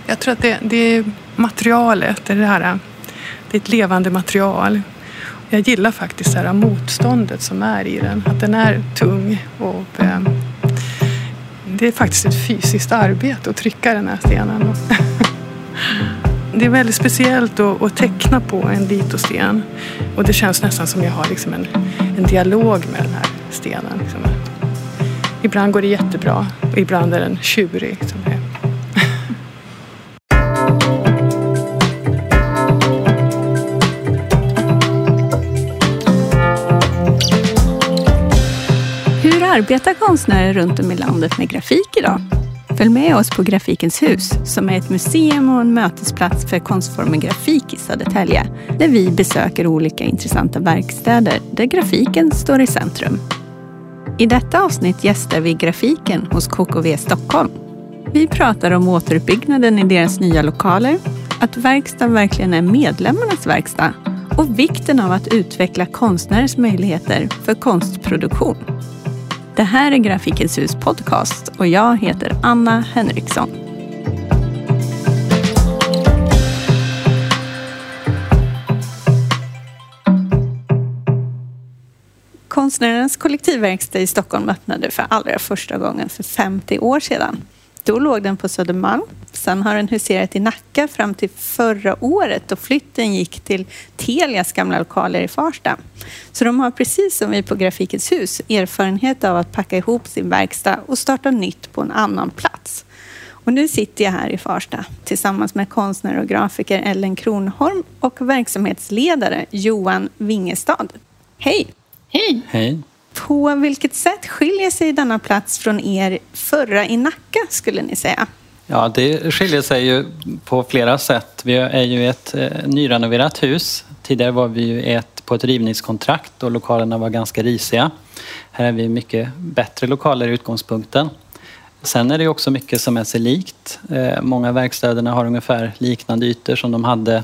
Jag tror att det är materialet, det är ett levande material. Jag gillar faktiskt det här motståndet som är i den. Att den är tung och det är faktiskt ett fysiskt arbete att trycka den här stenen. Det är väldigt speciellt att teckna på en litosten. Och det känns nästan som jag har liksom en dialog med den här stenen. Liksom. Ibland går det jättebra och ibland är den tjurig. Liksom. Hur arbetar konstnärer runt om i landet med grafik idag? Följ med oss på Grafikens hus, som är ett museum och en mötesplats för konstformen grafik i Södertälje, där vi besöker olika intressanta verkstäder där grafiken står i centrum. I detta avsnitt gästar vi grafiken hos KKV Stockholm. Vi pratar om återuppbyggnaden i deras nya lokaler, att verkstaden verkligen är medlemmarnas verkstad och vikten av att utveckla konstnärers möjligheter för konstproduktion. Det här är Grafikens hus podcast och jag heter Anna Henriksson. Konstnärernas kollektivverkstad i Stockholm öppnade för allra första gången för 50 år sedan. Då låg den på Södermalm. Sen har den huserat i Nacka fram till förra året och flytten gick till Telias gamla lokaler i Farsta. Så de har precis som vi på Grafikens hus erfarenhet av att packa ihop sin verkstad och starta nytt på en annan plats. Och nu sitter jag här i Farsta tillsammans med konstnär och grafiker Ellen Kronholm och verksamhetsledare Johan Wingestad. Hej! Hej! Hej! På vilket sätt skiljer sig denna plats från er förra i Nacka, skulle ni säga? Ja, det skiljer sig ju på flera sätt. Vi är ju ett nyrenoverat hus. Tidigare var vi ju på ett rivningskontrakt och lokalerna var ganska risiga. Här är vi mycket bättre lokaler i utgångspunkten. Sen är det också mycket som är sig likt. Många verkstäderna har ungefär liknande ytor som de hade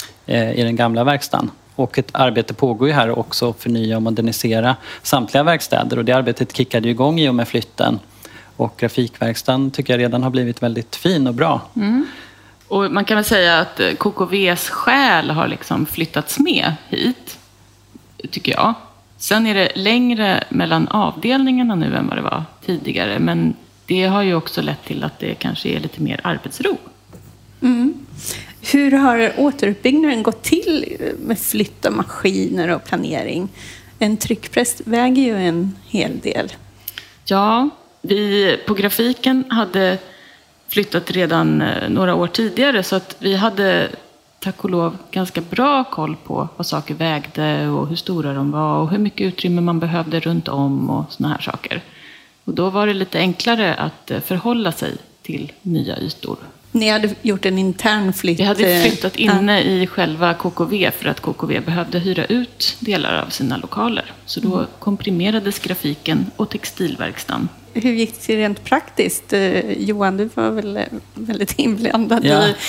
i den gamla verkstaden. Och ett arbete pågår ju här också att förnya och modernisera samtliga verkstäder. Och det arbetet kickade ju igång i och med flytten. Och grafikverkstaden tycker jag redan har blivit väldigt fin och bra. Mm. Och man kan väl säga att KKVs själ har liksom flyttats med hit, tycker jag. Sen är det längre mellan avdelningarna nu än vad det var tidigare. Men det har ju också lett till att det kanske är lite mer arbetsro. Mm. Hur har återuppbyggnaden gått till med flytt av maskiner och planering? En tryckpress väger ju en hel del. Ja, vi på grafiken hade flyttat redan några år tidigare så att vi hade tack och lov ganska bra koll på vad saker vägde och hur stora de var och hur mycket utrymme man behövde runt om och såna här saker. Och då var det lite enklare att förhålla sig till nya ytor. Ni hade gjort en intern flytt? Vi hade flyttat inne i själva KKV för att KKV behövde hyra ut delar av sina lokaler. Så då komprimerades grafiken och textilverkstan. Hur gick det rent praktiskt? Johan, du var väl väldigt inblandad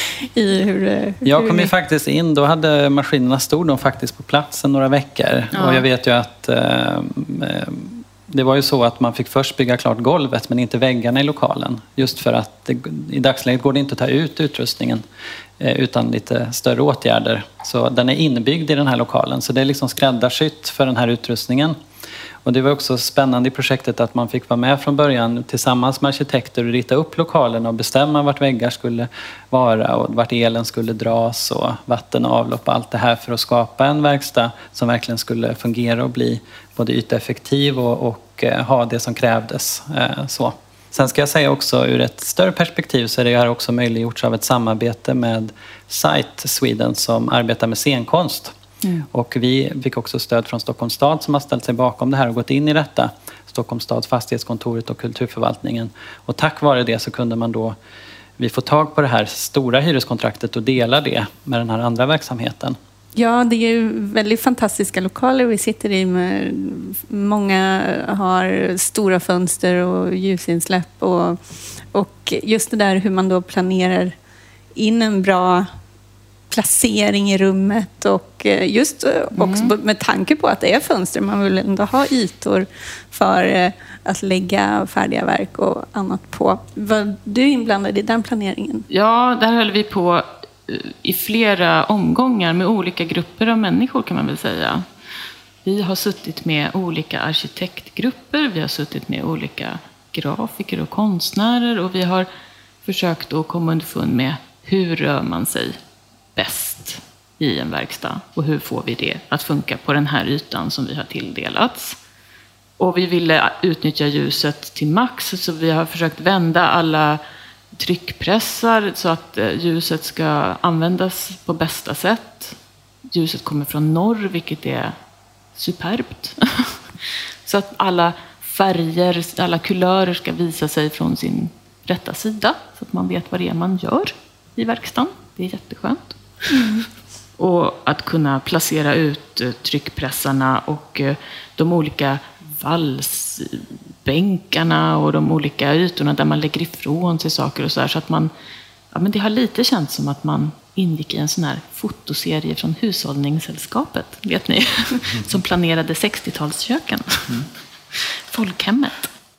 i hur... Jag kom ju faktiskt in, då hade maskinerna stod de faktiskt på platsen några veckor. Ja. Och jag vet ju att... Det var ju så att man fick först bygga klart golvet men inte väggarna i lokalen. Just för att i dagsläget går det inte att ta ut utrustningen utan lite större åtgärder. Så den är inbyggd i den här lokalen. Så det är liksom skräddarsytt för den här utrustningen. Och det var också spännande i projektet att man fick vara med från början tillsammans med arkitekter och rita upp lokalen och bestämma vart väggar skulle vara och vart elen skulle dras och vatten och avlopp och allt det här för att skapa en verkstad som verkligen skulle fungera och bli både yteffektiv och ha det som krävdes. Så. Sen ska jag säga också ur ett större perspektiv så är det här också möjliggjorts av ett samarbete med Site Sweden som arbetar med scenkonst. Mm. Och vi fick också stöd från Stockholms stad som har ställt sig bakom det här och gått in i detta. Stockholms stads fastighetskontoret och kulturförvaltningen. Och tack vare det så kunde man då vi få tag på det här stora hyreskontraktet och dela det med den här andra verksamheten. Ja, det är ju väldigt fantastiska lokaler vi sitter i. Med många har stora fönster och ljusinsläpp. Och just det där hur man då planerar in en bra placering i rummet och just också med tanke på att det är fönster. Man vill ändå ha ytor för att lägga färdiga verk och annat på. Var du inblandad i den planeringen? Ja, där höll vi på i flera omgångar med olika grupper av människor kan man väl säga. Vi har suttit med olika arkitektgrupper, vi har suttit med olika grafiker och konstnärer och vi har försökt att komma underfund med hur rör man sig bäst i en verkstad och hur får vi det att funka på den här ytan som vi har tilldelats. Och vi ville utnyttja ljuset till max så vi har försökt vända alla tryckpressar så att ljuset ska användas på bästa sätt. Ljuset kommer från norr vilket är superbt. Så att alla färger, alla kulörer ska visa sig från sin rätta sida så att man vet vad det är man gör i verkstaden. Det är jätteskönt. Och att kunna placera ut tryckpressarna och de olika valsbänkarna och de olika ytorna där man lägger ifrån sig saker och så här. Så att man, ja men det har lite känts som att man ingick i en sån här fotoserie från Hushållningssällskapet, vet ni? Som planerade 60-talsköken. Folkhemmet.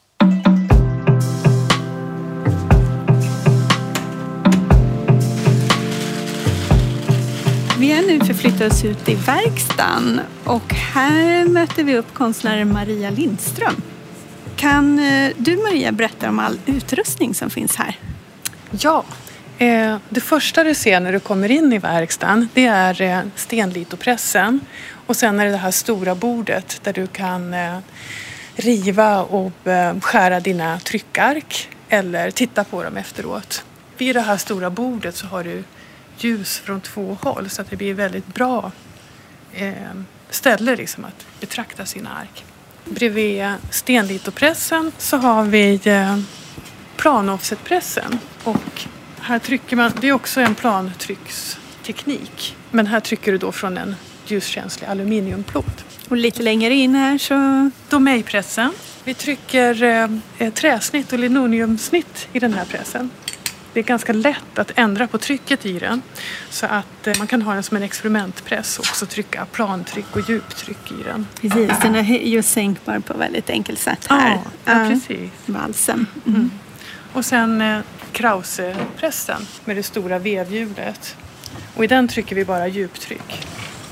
Vi är nu förflyttat oss ut i verkstaden och här möter vi upp konstnären Maria Lindström. Kan du Maria berätta om all utrustning som finns här? Ja, det första du ser när du kommer in i verkstaden det är stenlitopressen och sen är det här stora bordet där du kan riva och skära dina tryckark eller titta på dem efteråt. Vid det här stora bordet så har du ljus från 2 håll så att det blir väldigt bra ställe liksom att betrakta sina ark. Bredvid stenlitopressen så har vi planoffsetpressen och här trycker man, det är också en plantrycksteknik men här trycker du då från en ljuskänslig aluminiumplåt. Och lite längre in här så... Domejpressen. Vi trycker träsnitt och linoleumsnitt i den här pressen. Det är ganska lätt att ändra på trycket i den så att man kan ha den som en experimentpress och också trycka plantryck och djuptryck i den. Precis, den är ju sänkbar på väldigt enkelt sätt här. Ja, precis. Valsen. Och sen Krause-pressen med det stora vevhjulet. Och i den trycker vi bara djuptryck.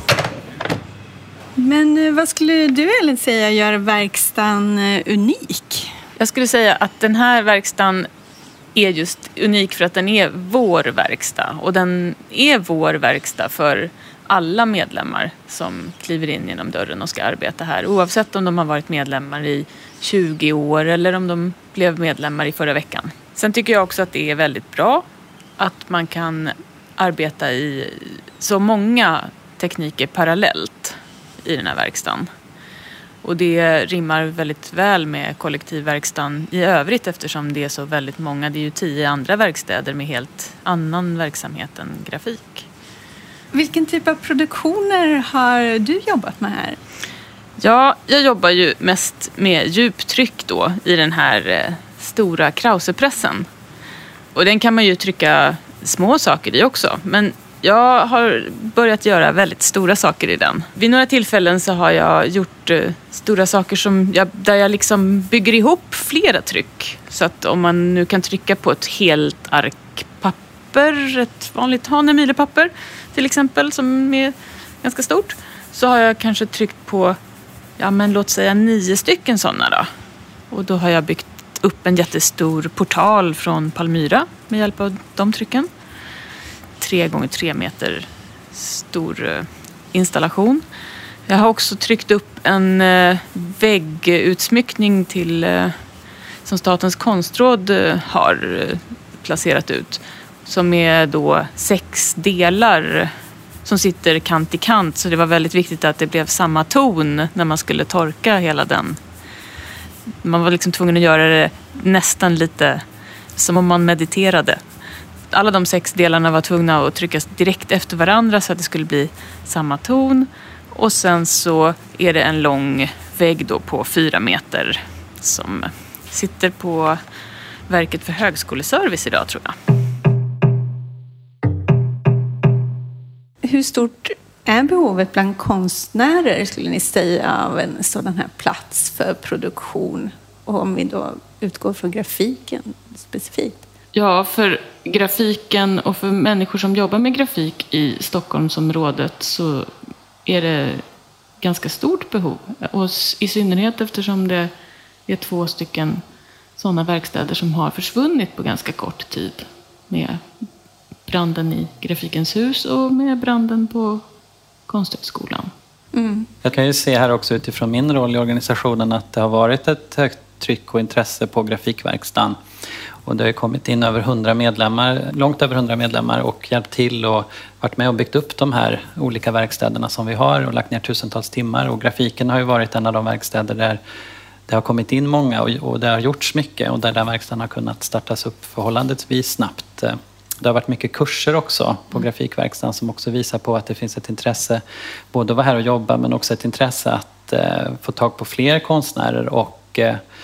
Men vad skulle du Ellen säga gör verkstaden unik? Jag skulle säga att den här verkstaden är just unik för att den är vår verkstad. Och den är vår verkstad för alla medlemmar som kliver in genom dörren och ska arbeta här. Oavsett om de har varit medlemmar i 20 år eller om de blev medlemmar i förra veckan. Sen tycker jag också att det är väldigt bra att man kan arbeta i så många tekniker parallellt i den här verkstaden. Och det rimmar väldigt väl med kollektivverkstaden i övrigt eftersom det är så väldigt många. Det är ju 10 andra verkstäder med helt annan verksamhet än grafik. Vilken typ av produktioner har du jobbat med här? Ja, jag jobbar ju mest med djuptryck då i den här stora Krause-pressen. Och den kan man ju trycka små saker i också. Men jag har börjat göra väldigt stora saker i den. Vid några tillfällen så har jag gjort stora saker där jag liksom bygger ihop flera tryck. Så att om man nu kan trycka på ett helt ark papper, ett vanligt Hanemühle-papper till exempel som är ganska stort, så har jag kanske tryckt på, låt säga 9 stycken sådana då. Och då har jag byggt upp en jättestor portal från Palmyra med hjälp av de trycken. 3 gånger 3 meter stor installation. Jag har också tryckt upp en väggutsmyckning som Statens konstråd har placerat ut. Som är då 6 delar som sitter kant i kant. Så det var väldigt viktigt att det blev samma ton när man skulle torka hela den. Man var liksom tvungen att göra det nästan lite som om man mediterade. Alla de 6 delarna var tvungna att tryckas direkt efter varandra så att det skulle bli samma ton. Och sen så är det en lång vägg då på 4 meter som sitter på Verket för högskoleservice idag, tror jag. Hur stort är behovet bland konstnärer, skulle ni säga, av en sådan här plats för produktion? Och om vi då utgår från grafiken specifikt. Ja, för grafiken och för människor som jobbar med grafik i Stockholmsområdet så är det ganska stort behov. Och i synnerhet eftersom det är 2 stycken sådana verkstäder som har försvunnit på ganska kort tid. Med branden i Grafikens hus och med branden på Konsthögskolan. Mm. Jag kan ju se här också utifrån min roll i organisationen att det har varit ett högt tryck och intresse på grafikverkstan. Och det har kommit in över 100 medlemmar, långt över 100 medlemmar och hjälpt till och varit med och byggt upp de här olika verkstäderna som vi har och lagt ner tusentals timmar. Och grafiken har ju varit en av de verkstäder där det har kommit in många och det har gjorts mycket och där den verkstaden har kunnat startas upp förhållandevis snabbt. Det har varit mycket kurser också på grafikverkstaden som också visar på att det finns ett intresse både att vara här och jobba men också ett intresse att få tag på fler konstnärer och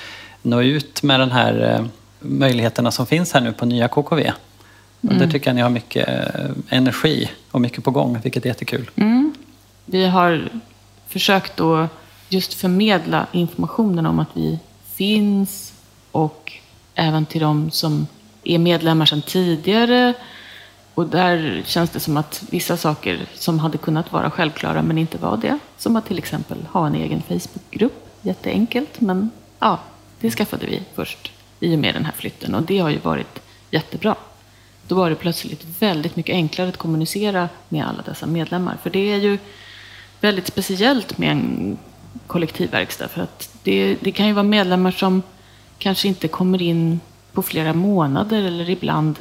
nå ut med den här möjligheterna som finns här nu på nya KKV. Och där tycker jag ni har mycket energi och mycket på gång, vilket är jättekul. Mm. Vi har försökt att just förmedla informationen om att vi finns och även till de som är medlemmar sedan tidigare. Och där känns det som att vissa saker som hade kunnat vara självklara men inte var det. Som att till exempel ha en egen Facebookgrupp. Jätteenkelt, men ja, det skaffade vi först i och med den här flytten. Och det har ju varit jättebra. Då var det plötsligt väldigt mycket enklare att kommunicera med alla dessa medlemmar. För det är ju väldigt speciellt med en kollektivverkstad. För att det kan ju vara medlemmar som kanske inte kommer in på flera månader eller ibland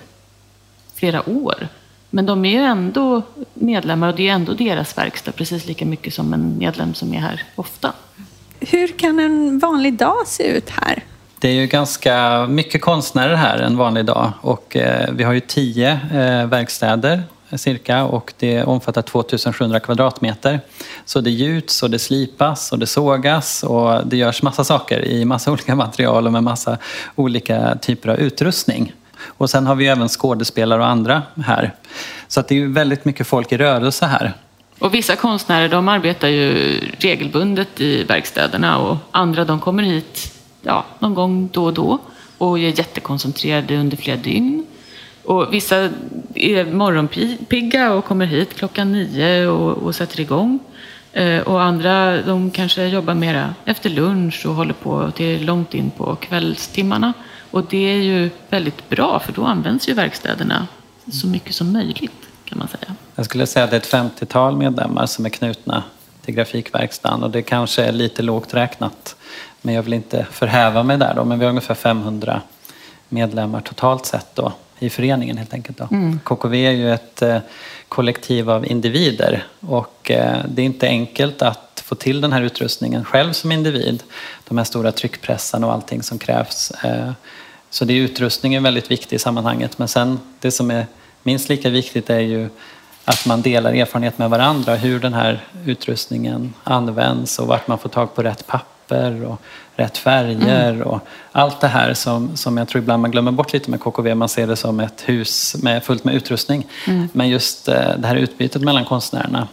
flera år. Men de är ju ändå medlemmar och det är ändå deras verkstad precis lika mycket som en medlem som är här ofta. Hur kan en vanlig dag se ut här? Det är ju ganska mycket konstnärer här en vanlig dag och vi har ju 10 verkstäder cirka och det omfattar 2700 kvadratmeter. Så det gjuts och det slipas och det sågas och det görs massa saker i massa olika material och med massa olika typer av utrustning. Och sen har vi även skådespelare och andra här. Så att det är ju väldigt mycket folk i rörelse här. Och vissa konstnärer de arbetar ju regelbundet i verkstäderna och andra de kommer hit någon gång då och då och är jättekoncentrerade under flera dygn. Och vissa är morgonpigga och kommer hit 9:00 och sätter igång. Och andra de kanske jobbar mera efter lunch och håller på till långt in på kvällstimmarna. Och det är ju väldigt bra för då används ju verkstäderna så mycket som möjligt kan man säga. Jag skulle säga att det är ett 50-tal medlemmar som är knutna till grafikverkstaden och det kanske är lite lågt räknat. Men jag vill inte förhäva mig där då, men vi har ungefär 500 medlemmar totalt sett då i föreningen helt enkelt då. KKV är ju ett kollektiv av individer och det är inte enkelt att få till den här utrustningen själv som individ. De här stora tryckpressarna och allting som krävs. Så det är utrustningen väldigt viktig i sammanhanget. Men sen det som är minst lika viktigt är ju att man delar erfarenhet med varandra. Hur den här utrustningen används och vart man får tag på rätt papper och rätt färger och allt det här som jag tror ibland man glömmer bort lite med KKV. Man ser det som ett hus fullt med utrustning. Men just det här utbytet mellan konstnärerna,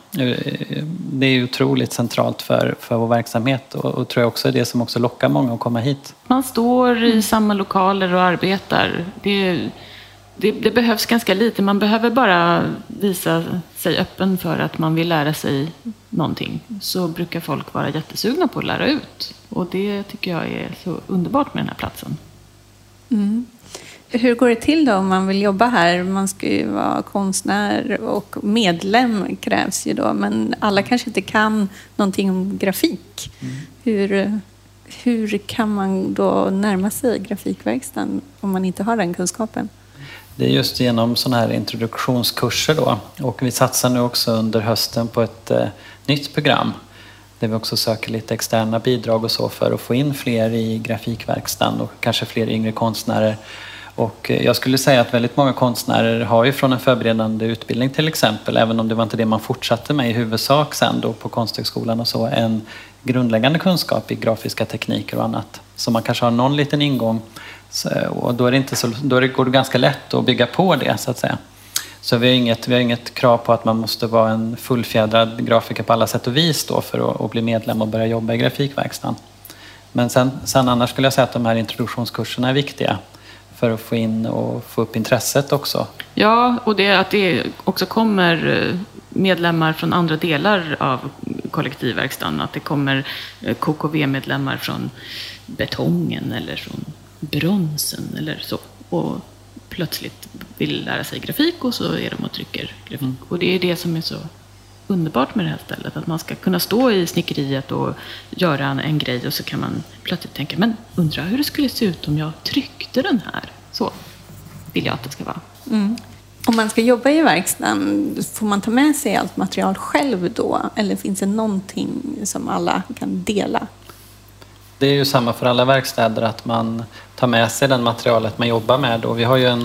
det är otroligt centralt för vår verksamhet och tror jag också är det som också lockar många att komma hit. Man står i samma lokaler och arbetar. Det behövs ganska lite. Man behöver bara visa sig öppen för att man vill lära sig någonting. Så brukar folk vara jättesugna på att lära ut. Och det tycker jag är så underbart med den här platsen. Hur går det till då om man vill jobba här? Man ska ju vara konstnär och medlem krävs ju då. Men alla kanske inte kan någonting om grafik. Hur kan man då närma sig grafikverkstaden om man inte har den kunskapen? Det är just genom sådana här introduktionskurser då. Och vi satsar nu också under hösten på ett nytt program. Där vi också söker lite externa bidrag och så för att få in fler i grafikverkstaden och kanske fler yngre konstnärer. Och jag skulle säga att väldigt många konstnärer har ju från en förberedande utbildning till exempel, även om det var inte det man fortsatte med i huvudsak sen då på Konsthögskolan och så, en grundläggande kunskap i grafiska tekniker och annat. Så man kanske har någon liten ingång och då går det ganska lätt att bygga på det så att säga. Så vi har inget krav på att man måste vara en fullfjädrad grafiker på alla sätt och vis då för att bli medlem och börja jobba i grafikverkstaden. Men sen annars skulle jag säga att de här introduktionskurserna är viktiga för att få in och få upp intresset också. Ja, och att det också kommer medlemmar från andra delar av kollektivverkstaden. Att det kommer KKV-medlemmar från betongen eller från bronsen eller så. Och plötsligt vill lära sig grafik och så är de och trycker grafik. Och det är det som är så underbart med det här stället. Att man ska kunna stå i snickeriet och göra en grej och så kan man plötsligt tänka, men undra hur det skulle se ut om jag tryckte den här. Så vill jag att det ska vara. Mm. Om man ska jobba i verkstaden, får man ta med sig allt material själv då? Eller finns det någonting som alla kan dela? Det är ju samma för alla verkstäder att man tar med sig den materialet man jobbar med. Och vi har ju en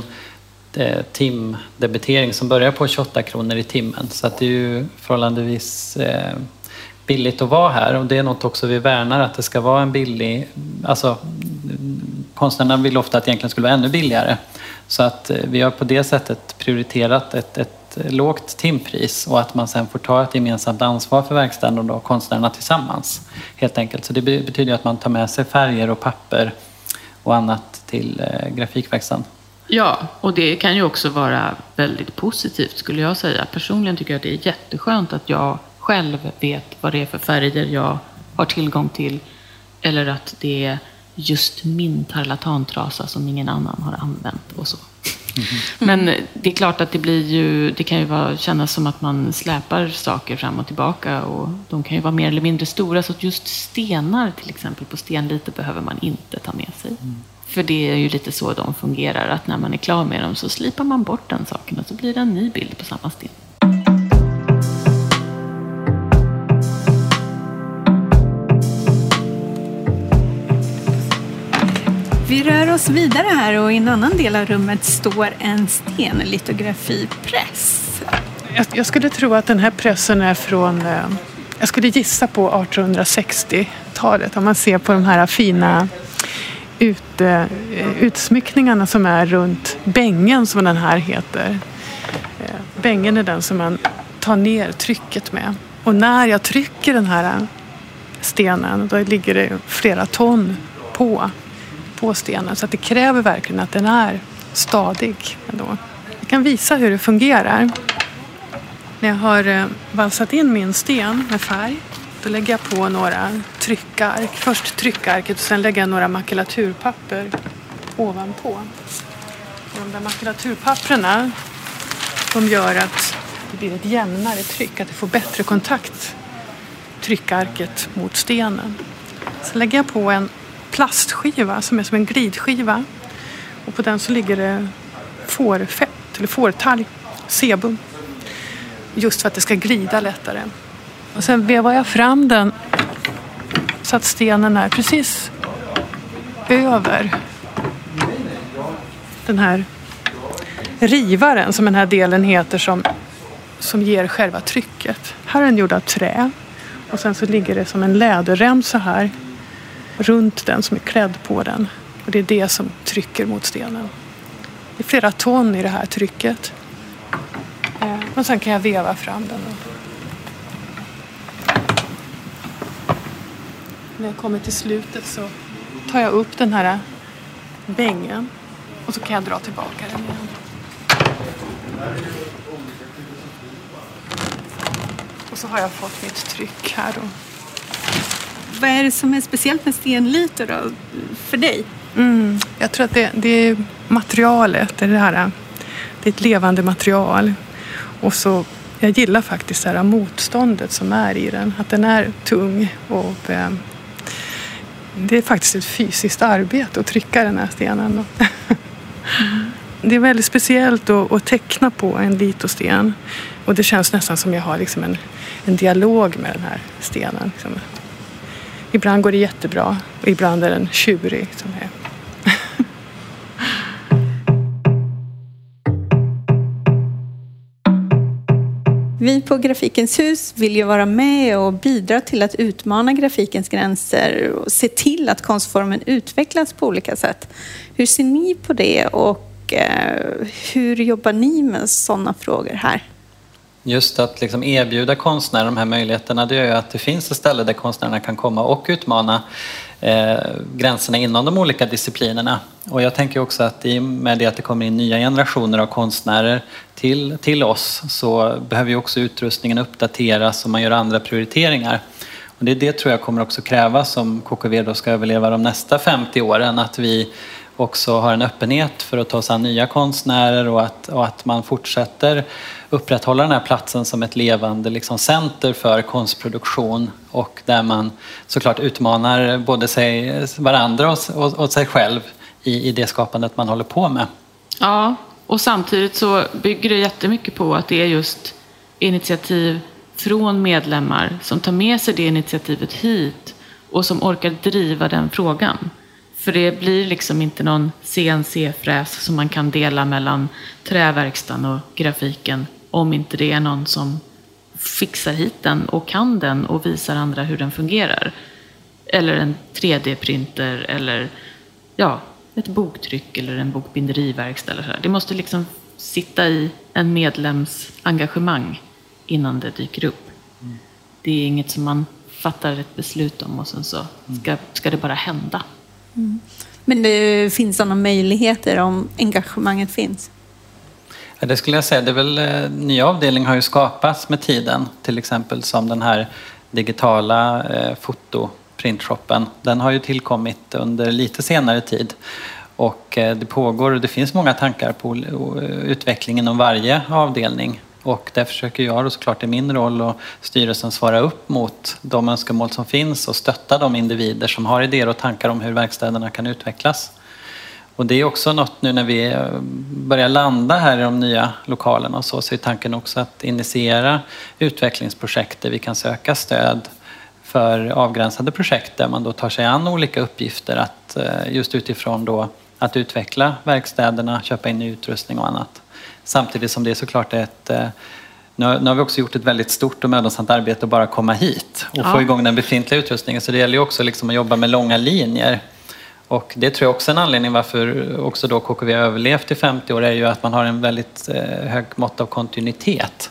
timdebitering som börjar på 28 kronor i timmen. Så att det är ju förhållandevis billigt att vara här. Och det är något också vi värnar, att det ska vara en billig... Alltså, konstnärerna vill ofta att det egentligen skulle vara ännu billigare. Så att vi har på det sättet prioriterat ett lågt timpris och att man sen får ta ett gemensamt ansvar för verkstaden och då konstnärerna tillsammans. Helt enkelt. Så det betyder att man tar med sig färger och papper och annat till grafikverkstaden. Ja, och det kan ju också vara väldigt positivt skulle jag säga. Personligen tycker jag att det är jätteskönt att jag själv vet vad det är för färger jag har tillgång till. Eller att det är just min tarlatantrasa som ingen annan har använt och så. Men det är klart att det kan ju kännas som att man släpar saker fram och tillbaka och de kan ju vara mer eller mindre stora, så att just stenar till exempel på stenlite behöver man inte ta med sig. För det är ju lite så de fungerar, att när man är klar med dem så slipar man bort den saken och så blir det en ny bild på samma sten. Vi rör oss vidare här och i en annan del av rummet står en stenlitografipress. Jag skulle tro att den här pressen är från, jag skulle gissa på 1860-talet. Om man ser på de här fina utsmyckningarna som är runt bängen som den här heter. Bängen är den som man tar ner trycket med. Och när jag trycker den här stenen då ligger det flera ton på stenen. Så att det kräver verkligen att den är stadig ändå. Jag kan visa hur det fungerar. När jag har valsat in min sten med färg, då lägger jag på några tryckark. Först tryckarket och sen lägger jag några makulaturpapper ovanpå. Och de där makulaturpapperna, de gör att det blir ett jämnare tryck, att det får bättre kontakt, tryckarket mot stenen. Sen lägger jag på en plastskiva som är som en glidskiva. Och på den så ligger det fårfett eller fårtalg, sebum. Just för att det ska glida lättare. Och sen vevar jag fram den så att stenen är precis över den här rivaren som den här delen heter som ger själva trycket. Här är den gjord av trä. Och sen så ligger det som en läderremsa här runt den som är klädd på den. Och det är det som trycker mot stenen. Det är flera ton i det här trycket. Och sen kan jag veva fram den. När jag kommer till slutet så tar jag upp den här bängen. Och så kan jag dra tillbaka den igen. Och så har jag fått mitt tryck här då. Vad är det som är speciellt med stenlito då för dig? Jag tror att det är materialet, det är ett levande material. Och så, jag gillar faktiskt det här motståndet som är i den. Att den är tung och det är faktiskt ett fysiskt arbete att trycka den här stenen. Det är väldigt speciellt att teckna på en litosten. Och det känns nästan som jag har liksom en dialog med den här stenen. Liksom. Ibland går det jättebra och ibland är den tjurig. Som är. Vi på Grafikens hus vill ju vara med och bidra till att utmana grafikens gränser och se till att konstformen utvecklas på olika sätt. Hur ser ni på det och Och hur jobbar ni med sådana frågor här? Just att liksom erbjuda konstnärer de här möjligheterna, det gör ju att det finns ett ställe där konstnärerna kan komma och utmana gränserna inom de olika disciplinerna. Och jag tänker också att i och med det att det kommer in nya generationer av konstnärer till oss, så behöver ju också utrustningen uppdateras och man gör andra prioriteringar. Och det tror jag kommer också krävas om KKV då ska överleva de nästa 50 åren, att vi också har en öppenhet för att ta oss an nya konstnärer och att man fortsätter upprätthålla den här platsen som ett levande liksom center för konstproduktion, och där man såklart utmanar både varandra och sig själv i det skapandet man håller på med. Ja, och samtidigt så bygger det jättemycket på att det är just initiativ från medlemmar som tar med sig det initiativet hit och som orkar driva den frågan. För det blir liksom inte någon CNC-fräs som man kan dela mellan träverkstan och grafiken om inte det är någon som fixar hit den och kan den och visar andra hur den fungerar. Eller en 3D-printer eller ett boktryck eller en bokbinderiverkstad eller så här. Det måste liksom sitta i en medlems engagemang innan det dyker upp. Det är inget som man fattar ett beslut om och sen så ska det bara hända. Men det finns sådana möjligheter om engagemanget finns? Ja, det skulle jag säga. Det är väl, nya avdelningar har ju skapats med tiden. Till exempel som den här digitala fotoprintshop-en. Den har ju tillkommit under lite senare tid. Och det pågår och det finns många tankar på utvecklingen om varje avdelning. Och där försöker jag då såklart i min roll och styrelsen svara upp mot de önskemål som finns och stötta de individer som har idéer och tankar om hur verkstäderna kan utvecklas. Och det är också något nu när vi börjar landa här i de nya lokalerna och så är tanken också att initiera utvecklingsprojekt där vi kan söka stöd för avgränsade projekt där man då tar sig an olika uppgifter att just utifrån då att utveckla verkstäderna, köpa in ny utrustning och annat. Samtidigt som det är såklart nu har vi också gjort ett väldigt stort och mödosamt arbete att bara komma hit och få igång den befintliga utrustningen. Så det gäller ju också liksom att jobba med långa linjer. Och det tror jag också är en anledning varför också då KKV har överlevt i 50 år är ju att man har en väldigt hög mått av kontinuitet.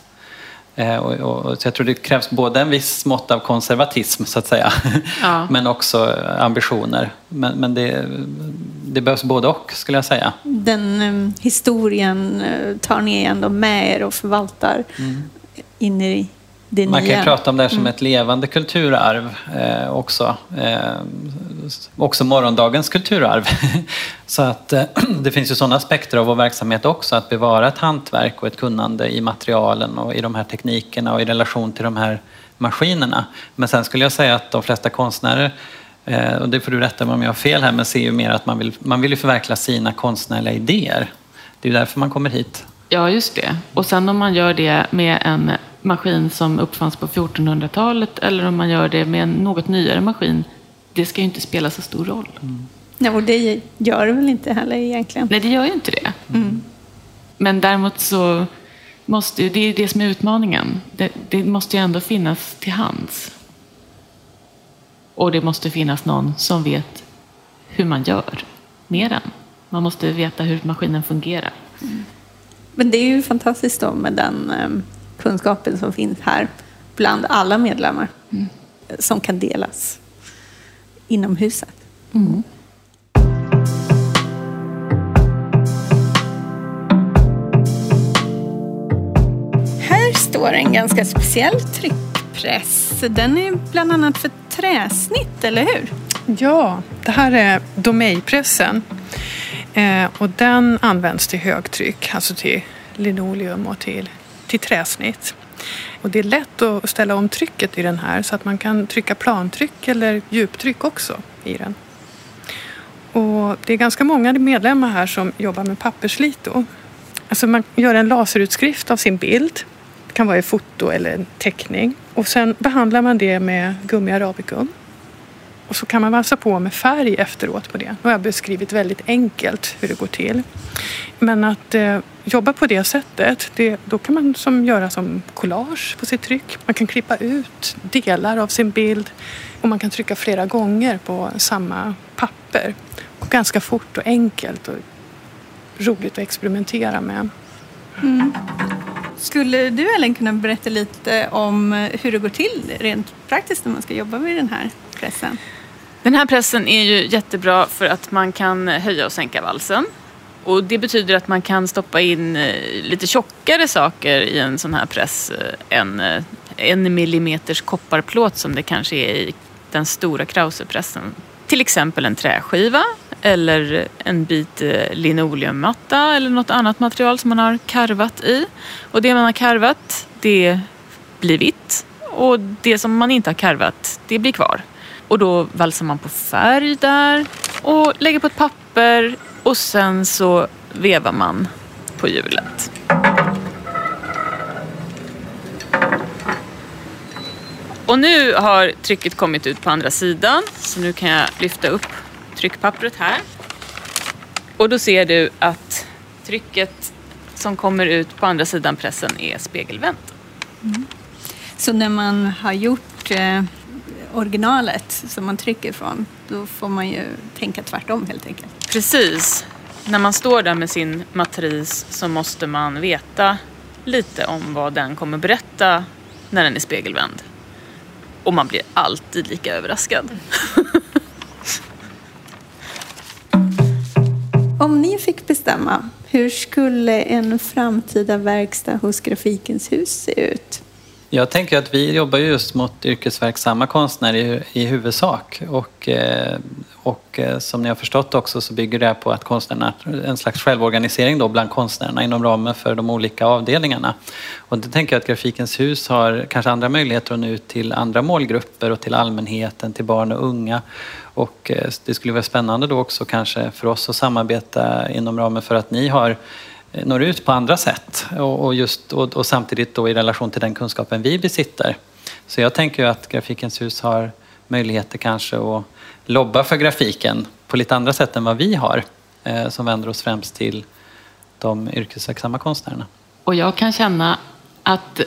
Så jag tror det krävs både en viss mått av konservatism så att säga, men också ambitioner. Men det behövs både och skulle jag säga. Den historien tar ni ändå med er och förvaltar in i det nya. Man kan ju prata om det här som ett levande kulturarv också. Också morgondagens kulturarv. Så att det finns ju sådana aspekter av vår verksamhet också. Att bevara ett hantverk och ett kunnande i materialen och i de här teknikerna och i relation till de här maskinerna. Men sen skulle jag säga att de flesta konstnärer, och det får du rätta mig om jag har fel här, men ser ju mer att man vill ju förverkliga sina konstnärliga idéer. Det är ju därför man kommer hit. Ja, just det. Och sen om man gör det med en maskin som uppfanns på 1400-talet eller om man gör det med en något nyare maskin, det ska ju inte spela så stor roll. Nej, och det gör det väl inte heller egentligen? Nej, det gör ju inte det. Men däremot så måste ju, det är det som är utmaningen. Det måste ju ändå finnas till hands. Och det måste finnas någon som vet hur man gör med den. Man måste veta hur maskinen fungerar. Men det är ju fantastiskt då med den kunskapen som finns här bland alla medlemmar som kan delas inom huset. Här står en ganska speciell tryckpress. Den är bland annat för träsnitt, eller hur? Ja, det här är Domey-pressen. Och den används till högtryck, alltså till linoleum och till träsnitt. Och det är lätt att ställa om trycket i den här så att man kan trycka plantryck eller djuptryck också i den. Och det är ganska många medlemmar här som jobbar med papperslito. Alltså man gör en laserutskrift av sin bild. Det kan vara i foto eller en teckning. Och sen behandlar man det med gummi arabicum. Och så kan man valsa på med färg efteråt på det. Nu har jag beskrivit väldigt enkelt hur det går till. Men att jobba på det sättet, då kan man göra som collage på sitt tryck. Man kan klippa ut delar av sin bild och man kan trycka flera gånger på samma papper. Och ganska fort och enkelt. Och roligt att experimentera med. Mm. Skulle du, Ellen, kunna berätta lite om hur det går till rent praktiskt när man ska jobba med den här pressen? Den här pressen är ju jättebra för att man kan höja och sänka valsen. Och det betyder att man kan stoppa in lite tjockare saker i en sån här press än 1 millimeters kopparplåt som det kanske är i den stora Krause-pressen. Till exempel en träskiva eller en bit linoleummatta eller något annat material som man har karvat i. Och det man har karvat, det blir vitt. Och det som man inte har karvat, det blir kvar. Och då valsar man på färg där och lägger på ett papper och sen så vevar man på hjulet. Och nu har trycket kommit ut på andra sidan, så nu kan jag lyfta upp tryckpappret här. Och då ser du att trycket som kommer ut på andra sidan pressen är spegelvänt. Mm. Så när man har gjort originalet som man trycker från, då får man ju tänka tvärtom helt enkelt. Precis. När man står där med sin matris så måste man veta lite om vad den kommer berätta när den är spegelvänd. Och man blir alltid lika överraskad. Om ni fick bestämma, hur skulle en framtida verkstad hos Grafikens hus se ut? Jag tänker att vi jobbar just mot yrkesverksamma konstnärer i huvudsak. Och som ni har förstått också så bygger det på att konstnärerna, en slags självorganisering då bland konstnärerna inom ramen för de olika avdelningarna. Och det tänker jag att Grafikens hus har kanske andra möjligheter att nå ut till andra målgrupper och till allmänheten, till barn och unga. Och det skulle vara spännande då också kanske för oss att samarbeta inom ramen för att ni når ut på andra sätt och samtidigt då i relation till den kunskapen vi besitter. Så jag tänker ju att Grafikens hus har möjligheter kanske att lobba för grafiken på lite andra sätt än vad vi har, som vänder oss främst till de yrkesverksamma konstnärerna. Och jag kan känna att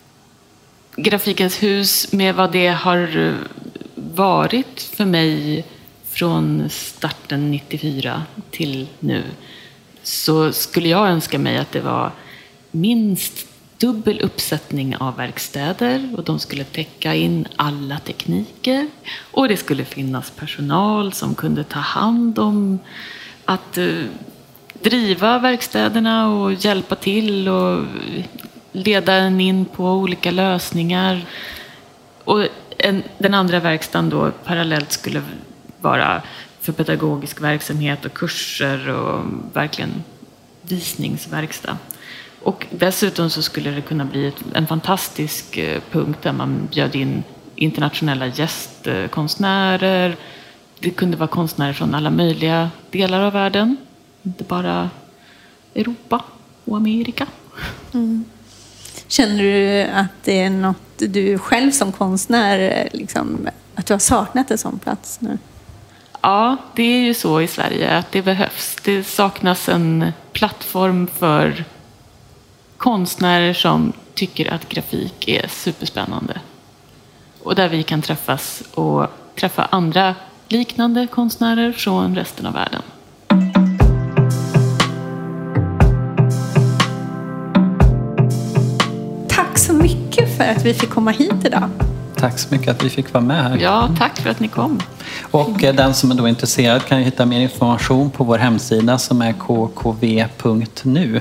Grafikens hus med vad det har varit för mig från starten 94 till nu, så skulle jag önska mig att det var minst dubbel uppsättning av verkstäder och de skulle täcka in alla tekniker och det skulle finnas personal som kunde ta hand om att driva verkstäderna och hjälpa till och leda en in på olika lösningar. Och den andra verkstaden då parallellt skulle vara för pedagogisk verksamhet och kurser och verkligen visningsverkstad. Och dessutom så skulle det kunna bli en fantastisk punkt där man bjöd in internationella gästkonstnärer. Det kunde vara konstnärer från alla möjliga delar av världen. Inte bara Europa och Amerika. Mm. Känner du att det är något du själv som konstnär, liksom, att du har saknat en sån plats nu? Ja, det är ju så i Sverige att det behövs. Det saknas en plattform för konstnärer som tycker att grafik är superspännande. Och där vi kan träffas och träffa andra liknande konstnärer från resten av världen. Tack så mycket för att vi fick komma hit idag. Tack så mycket att vi fick vara med här. Ja, tack för att ni kom. Och den som är då intresserad kan ju hitta mer information på vår hemsida som är kkv.nu.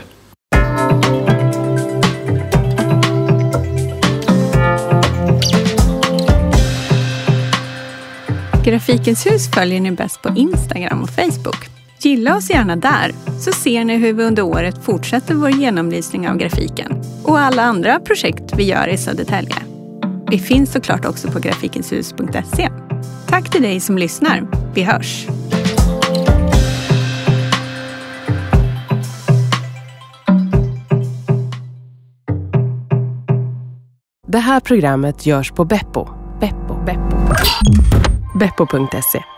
Grafikens hus följer ni bäst på Instagram och Facebook. Gilla oss gärna där, så ser ni hur vi under året fortsätter vår genomlysning av grafiken och alla andra projekt vi gör i Södertälje. Vi finns såklart också på grafikenshus.se. Tack till dig som lyssnar. Vi hörs! Det här programmet görs på Beppo. Beppo.se